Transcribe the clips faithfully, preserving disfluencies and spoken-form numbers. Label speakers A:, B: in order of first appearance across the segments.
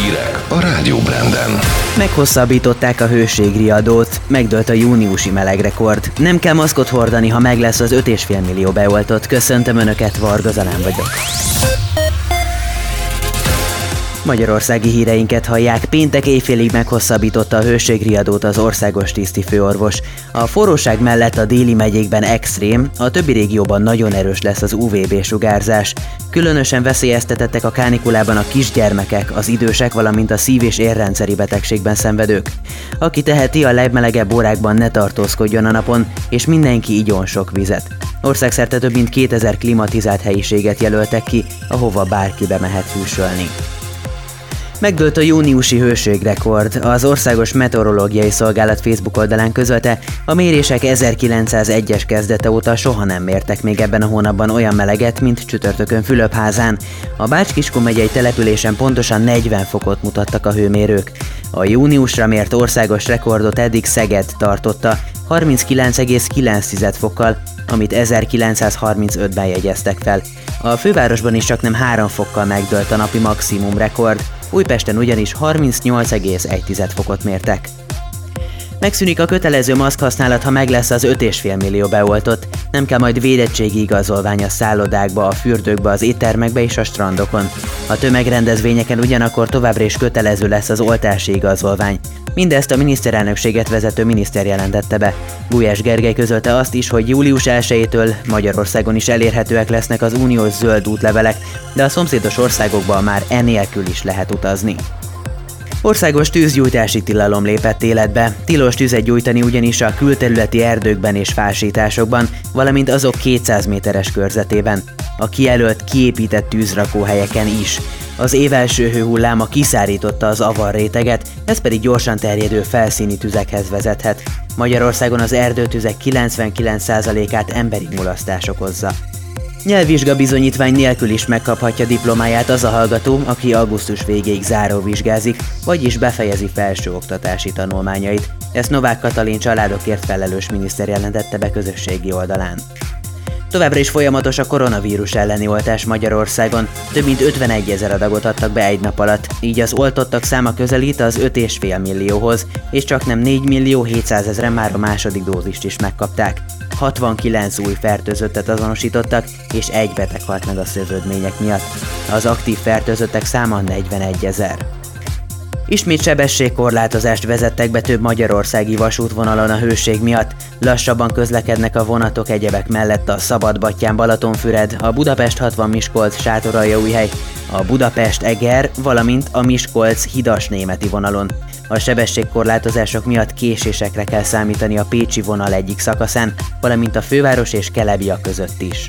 A: Hírek a Rádió Branden.
B: Meghosszabbították a hőségriadót, megdőlt a júniusi melegrekord. Nem kell maszkot hordani, ha meg lesz az öt egész öt millió beoltott. Köszöntöm Önöket, Varga Zalán vagyok. Magyarországi híreinket hallják. Péntek éjfélig meghosszabbította a hőségriadót az országos tisztifőorvos. A forróság mellett a déli megyékben extrém, a többi régióban nagyon erős lesz az ú vé bé-sugárzás. Különösen veszélyeztetettek a kánikulában a kisgyermekek, az idősek, valamint a szív- és érrendszeri betegségben szenvedők. Aki teheti, a legmelegebb órákban ne tartózkodjon a napon, és mindenki igyon sok vizet. Országszerte több mint kétezer klimatizált helyiséget jelöltek ki, ahova bárki bemehet hűsölni. Megdőlt a júniusi hőségrekord. Az Országos Meteorológiai Szolgálat Facebook oldalán közölte, a mérések ezerkilencszázegyes kezdete óta soha nem mértek még ebben a hónapban olyan meleget, mint csütörtökön Fülöpházán. A Bács-Kiskun megyei településen pontosan negyven fokot mutattak a hőmérők. A júniusra mért országos rekordot eddig Szeged tartotta, harminckilenc egész kilenc fokkal, amit ezerkilencszázharmincötben jegyeztek fel. A fővárosban is csaknem három fokkal megdőlt a napi maximum rekord, Újpesten ugyanis harmincnyolc egész egy fokot mértek. Megszűnik a kötelező maszkhasználat, ha meg lesz az öt egész öt millió beoltott. Nem kell majd védettségi igazolvány a szállodákba, a fürdőkbe, az éttermekbe és a strandokon. A tömegrendezvényeken ugyanakkor továbbra is kötelező lesz az oltási igazolvány. Mindezt a miniszterelnökséget vezető miniszter jelentette be. Gulyás Gergely közölte azt is, hogy július elsejétől Magyarországon is elérhetőek lesznek az uniós zöld útlevelek, de a szomszédos országokban már enélkül is lehet utazni. Országos tűzgyújtási tilalom lépett életbe. Tilos tüzet gyújtani ugyanis a külterületi erdőkben és fásításokban, valamint azok kétszáz méteres körzetében. A kijelölt, kiépített tűzrakóhelyeken is. Az év első hőhulláma kiszárította az avarréteget, ez pedig gyorsan terjedő felszíni tüzekhez vezethet. Magyarországon az erdőtüzek kilencvenkilenc százalékát emberi mulasztás okozza. Nyelvvizsga bizonyítvány nélkül is megkaphatja diplomáját az a hallgató, aki augusztus végéig záróvizsgázik, vagyis befejezi felsőoktatási tanulmányait. Ezt Novák Katalin családokért felelős miniszter jelentette be közösségi oldalán. Továbbra is folyamatos a koronavírus elleni oltás Magyarországon. Több mint ötvenegyezer adagot adtak be egy nap alatt, így az oltottak száma közelít az öt egész öt millióhoz, és csaknem négy millió hétszázezren már a második dózist is megkapták. hatvankilenc új fertőzöttet azonosítottak, és egy beteg halt meg a szövődmények miatt. Az aktív fertőzöttek száma negyvenegyezer. Ismét sebességkorlátozást vezettek be több magyarországi vasútvonalon a hőség miatt. Lassabban közlekednek a vonatok egyebek mellett a Szabadbattyán-Balatonfüred, a Budapest hatvan-Miskolc Sátoraljaújhely, a Budapest-Eger, valamint a Miskolc-Hidas-Németi vonalon. A sebességkorlátozások miatt késésekre kell számítani a pécsi vonal egyik szakaszán, valamint a főváros és Kelebia között is.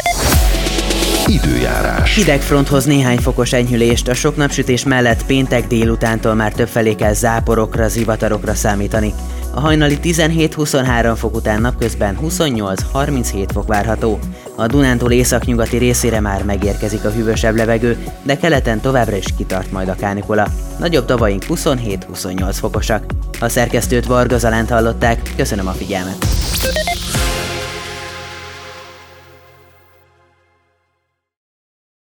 A: Időjárás.
B: Hidegfronthoz néhány fokos enyhülést, a sok napsütés mellett péntek délutántól már többfelé kell záporokra, zivatarokra számítani. A hajnali tizenhét-huszonhárom fok után napközben huszonnyolc-harminchét fok várható. A Dunántúl északnyugati részére már megérkezik a hűvösebb levegő, de keleten továbbra is kitart majd a kánikula. Nagyobb tavaink huszonhét-huszonnyolc fokosak. A szerkesztőt, Varga Zalánt hallották, köszönöm a figyelmet!